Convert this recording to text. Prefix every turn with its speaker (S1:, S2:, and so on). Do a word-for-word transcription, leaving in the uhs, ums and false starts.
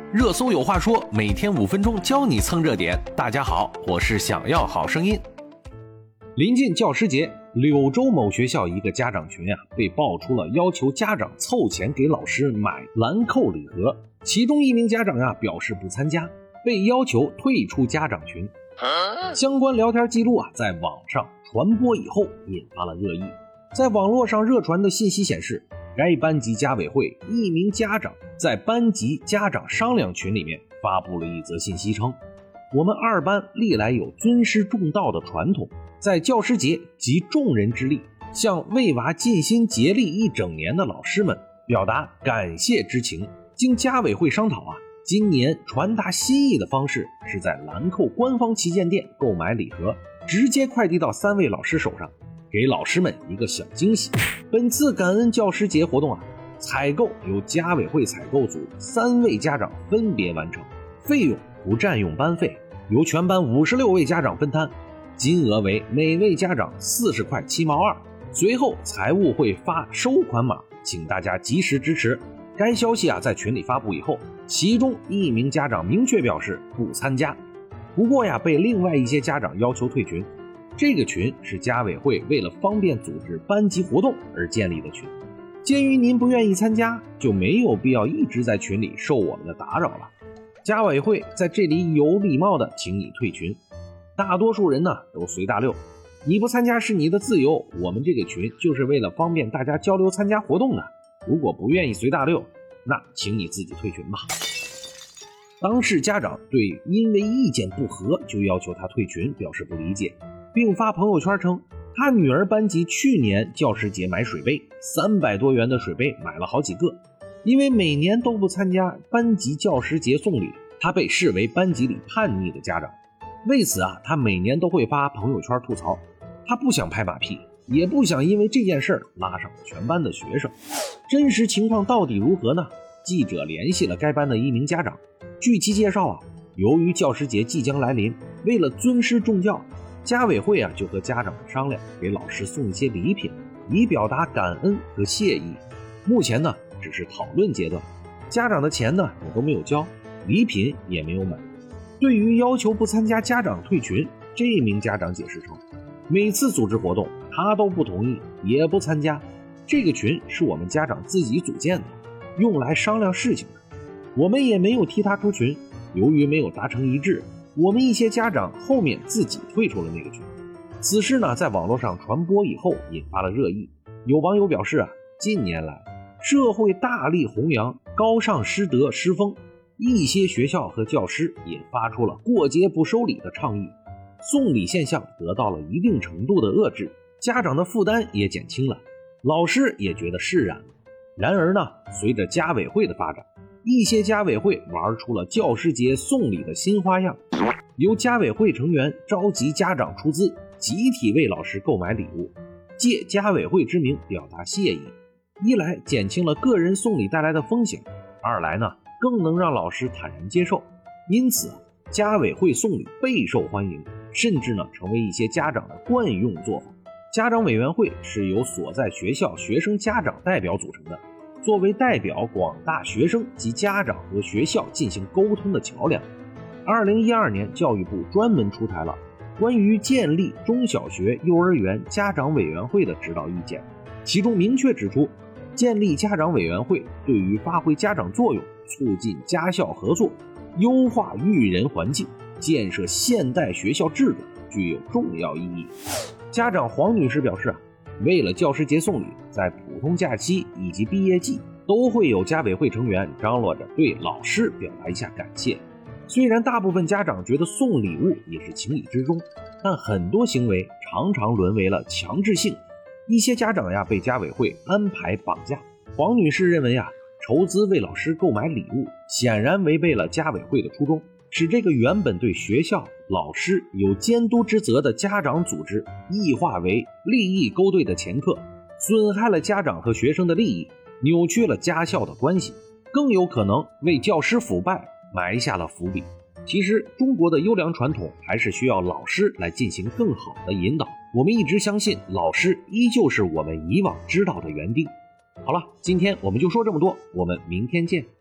S1: 热搜有话说，每天五分钟教你蹭热点。大家好，我是想要好声音。临近教师节，柳州某学校一个家长群啊，被爆出了要求家长凑钱给老师买兰蔻礼盒，其中一名家长啊表示不参加，被要求退出家长群。相关聊天记录啊在网上传播以后，引发了热议。在网络上热传的信息显示，该班级家委会一名家长在班级家长商量群里面发布了一则信息称，我们二班历来有尊师重道的传统，在教师节集众人之力，向为娃尽心竭力一整年的老师们表达感谢之情。经家委会商讨啊，今年传达心意的方式是在兰蔻官方旗舰店购买礼盒，直接快递到三位老师手上，给老师们一个小惊喜。本次感恩教师节活动啊，采购由家委会采购组三位家长分别完成，费用不占用班费，由全班五十六位家长分摊，金额为每位家长四十块七毛二。随后财务会发收款码，请大家及时支持。该消息啊在群里发布以后，其中一名家长明确表示不参加，不过呀被另外一些家长要求退群。这个群是家委会为了方便组织班级活动而建立的群，鉴于您不愿意参加，就没有必要一直在群里受我们的打扰了。家委会在这里有礼貌的请你退群。大多数人呢都随大溜，你不参加是你的自由，我们这个群就是为了方便大家交流参加活动的，如果不愿意随大溜，那请你自己退群吧。当事家长对因为意见不合就要求他退群表示不理解，并发朋友圈称，他女儿班级去年教师节买水杯，三百多元的水杯买了好几个，因为每年都不参加班级教师节送礼，他被视为班级里叛逆的家长。为此啊，他每年都会发朋友圈吐槽，他不想拍马屁，也不想因为这件事拉上了全班的学生。真实情况到底如何呢？记者联系了该班的一名家长，据其介绍啊，由于教师节即将来临，为了尊师重教，家委会啊就和家长们商量，给老师送一些礼品，以表达感恩和谢意。目前呢只是讨论阶段，家长的钱呢也都没有交，礼品也没有买。对于要求不参加家长退群，这名家长解释称，每次组织活动他都不同意，也不参加，这个群是我们家长自己组建的，用来商量事情的，我们也没有踢他出群。由于没有达成一致，我们一些家长后面自己退出了那个群。此事呢在网络上传播以后引发了热议，有网友表示啊，近年来社会大力弘扬高尚师德师风，一些学校和教师也发出了过节不收礼的倡议，送礼现象得到了一定程度的遏制，家长的负担也减轻了，老师也觉得释然了。然而呢，随着家委会的发展，一些家委会玩出了教师节送礼的新花样，由家委会成员召集家长出资，集体为老师购买礼物，借家委会之名表达谢意。一来减轻了个人送礼带来的风险，二来呢更能让老师坦然接受。因此家委会送礼备受欢迎，甚至呢成为一些家长的惯用做法。家长委员会是由所在学校学生家长代表组成的，作为代表广大学生及家长和学校进行沟通的桥梁。二零一二年教育部专门出台了关于建立中小学幼儿园家长委员会的指导意见，其中明确指出，建立家长委员会对于发挥家长作用，促进家校合作，优化育人环境，建设现代学校制度具有重要意义。家长黄女士表示啊，为了教师节送礼，在普通假期以及毕业季都会有家委会成员张罗着对老师表达一下感谢。虽然大部分家长觉得送礼物也是情理之中，但很多行为常常沦为了强制性，一些家长呀被家委会安排绑架。黄女士认为呀，筹资为老师购买礼物显然违背了家委会的初衷，使这个原本对学校老师有监督之责的家长组织异化为利益勾兑的掮客，损害了家长和学生的利益，扭曲了家校的关系，更有可能为教师腐败埋下了伏笔。其实中国的优良传统还是需要老师来进行更好的引导，我们一直相信老师依旧是我们以往知道的园丁。好了，今天我们就说这么多，我们明天见。